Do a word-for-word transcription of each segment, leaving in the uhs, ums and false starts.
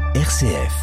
R C F.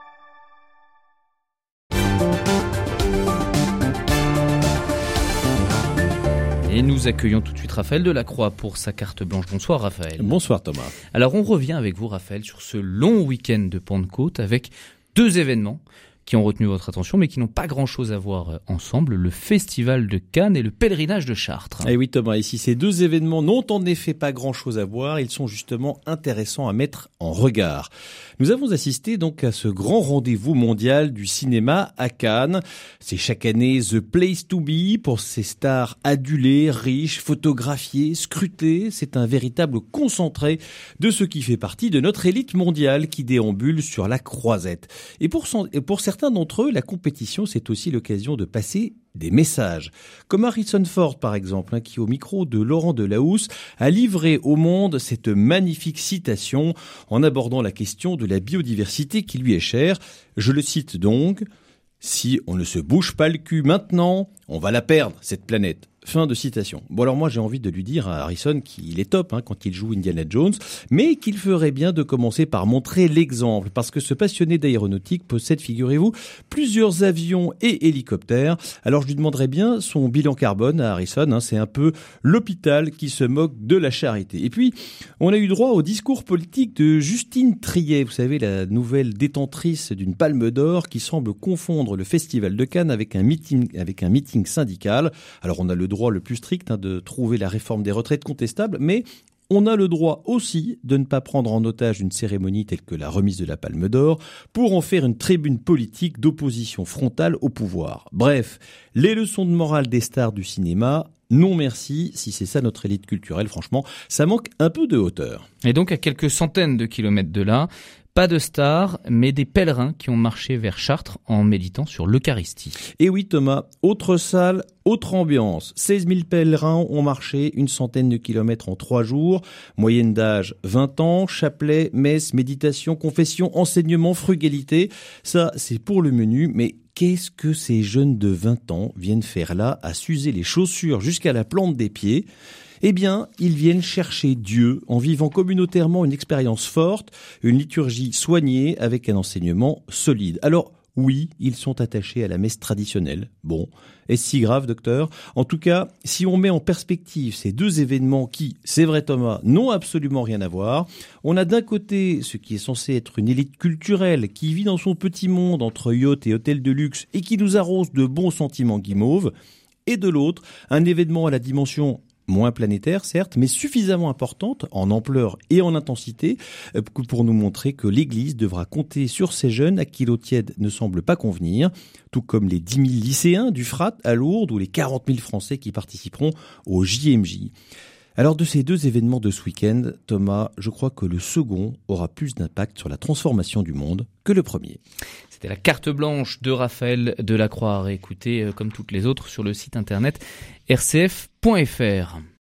Et nous accueillons tout de suite Raphaël Delacroix pour sa carte blanche. Bonsoir Raphaël. Bonsoir Thomas. Alors on revient avec vous Raphaël sur ce long week-end de Pentecôte avec deux événements qui ont retenu votre attention mais qui n'ont pas grand-chose à voir ensemble, le Festival de Cannes et le pèlerinage de Chartres. Eh oui Thomas, ici ces deux événements n'ont en effet pas grand-chose à voir, ils sont justement intéressants à mettre en regard. Nous avons assisté donc à ce grand rendez-vous mondial du cinéma à Cannes. C'est chaque année The Place to Be pour ces stars adulées, riches, photographiées, scrutées. C'est un véritable concentré de ce qui fait partie de notre élite mondiale qui déambule sur la croisette. Et pour, son, et pour certains d'entre eux, la compétition, c'est aussi l'occasion de passer des messages. Comme Harrison Ford, par exemple, hein, qui, au micro de Laurent Delahousse, a livré au monde cette magnifique citation en abordant la question de la biodiversité qui lui est chère. Je le cite donc, « Si on ne se bouge pas le cul maintenant, on va la perdre, cette planète. » Fin de citation. Bon alors moi j'ai envie de lui dire à Harrison qu'il est top hein, quand il joue Indiana Jones, mais qu'il ferait bien de commencer par montrer l'exemple, parce que ce passionné d'aéronautique possède, figurez-vous, plusieurs avions et hélicoptères. Alors je lui demanderais bien son bilan carbone à Harrison, hein, c'est un peu l'hôpital qui se moque de la charité. Et puis on a eu droit au discours politique de Justine Triet, vous savez la nouvelle détentrice d'une palme d'or qui semble confondre le Festival de Cannes avec un meeting, avec un meeting syndical. Alors on a le droit le plus strict hein, de trouver la réforme des retraites contestable, mais on a le droit aussi de ne pas prendre en otage une cérémonie telle que la remise de la Palme d'Or pour en faire une tribune politique d'opposition frontale au pouvoir. Bref, les leçons de morale des stars du cinéma, non merci, si c'est ça notre élite culturelle, franchement, ça manque un peu de hauteur. Et donc à quelques centaines de kilomètres de là, pas de stars, mais des pèlerins qui ont marché vers Chartres en méditant sur l'Eucharistie. Et oui Thomas, autre salle, autre ambiance. seize mille pèlerins ont marché une centaine de kilomètres en trois jours. Moyenne d'âge vingt ans, chapelet, messe, méditation, confession, enseignement, frugalité. Ça, c'est pour le menu, mais qu'est-ce que ces jeunes de vingt ans viennent faire là à s'user les chaussures jusqu'à la plante des pieds ? Eh bien, ils viennent chercher Dieu en vivant communautairement une expérience forte, une liturgie soignée avec un enseignement solide. Alors, oui, ils sont attachés à la messe traditionnelle. Bon, est-ce si grave, docteur ? En tout cas, si on met en perspective ces deux événements qui, c'est vrai Thomas, n'ont absolument rien à voir, on a d'un côté ce qui est censé être une élite culturelle qui vit dans son petit monde entre yachts et hôtels de luxe et qui nous arrose de bons sentiments guimauves, et de l'autre, un événement à la dimension moins planétaire, certes, mais suffisamment importante en ampleur et en intensité pour nous montrer que l'Église devra compter sur ces jeunes à qui l'eau tiède ne semble pas convenir, tout comme les dix mille lycéens du Frat à Lourdes ou les quarante mille Français qui participeront au J M J. Alors de ces deux événements de ce week-end, Thomas, je crois que le second aura plus d'impact sur la transformation du monde que le premier. C'était la carte blanche de Raphaël Delacroix à réécouter, comme toutes les autres, sur le site internet r c f point f r.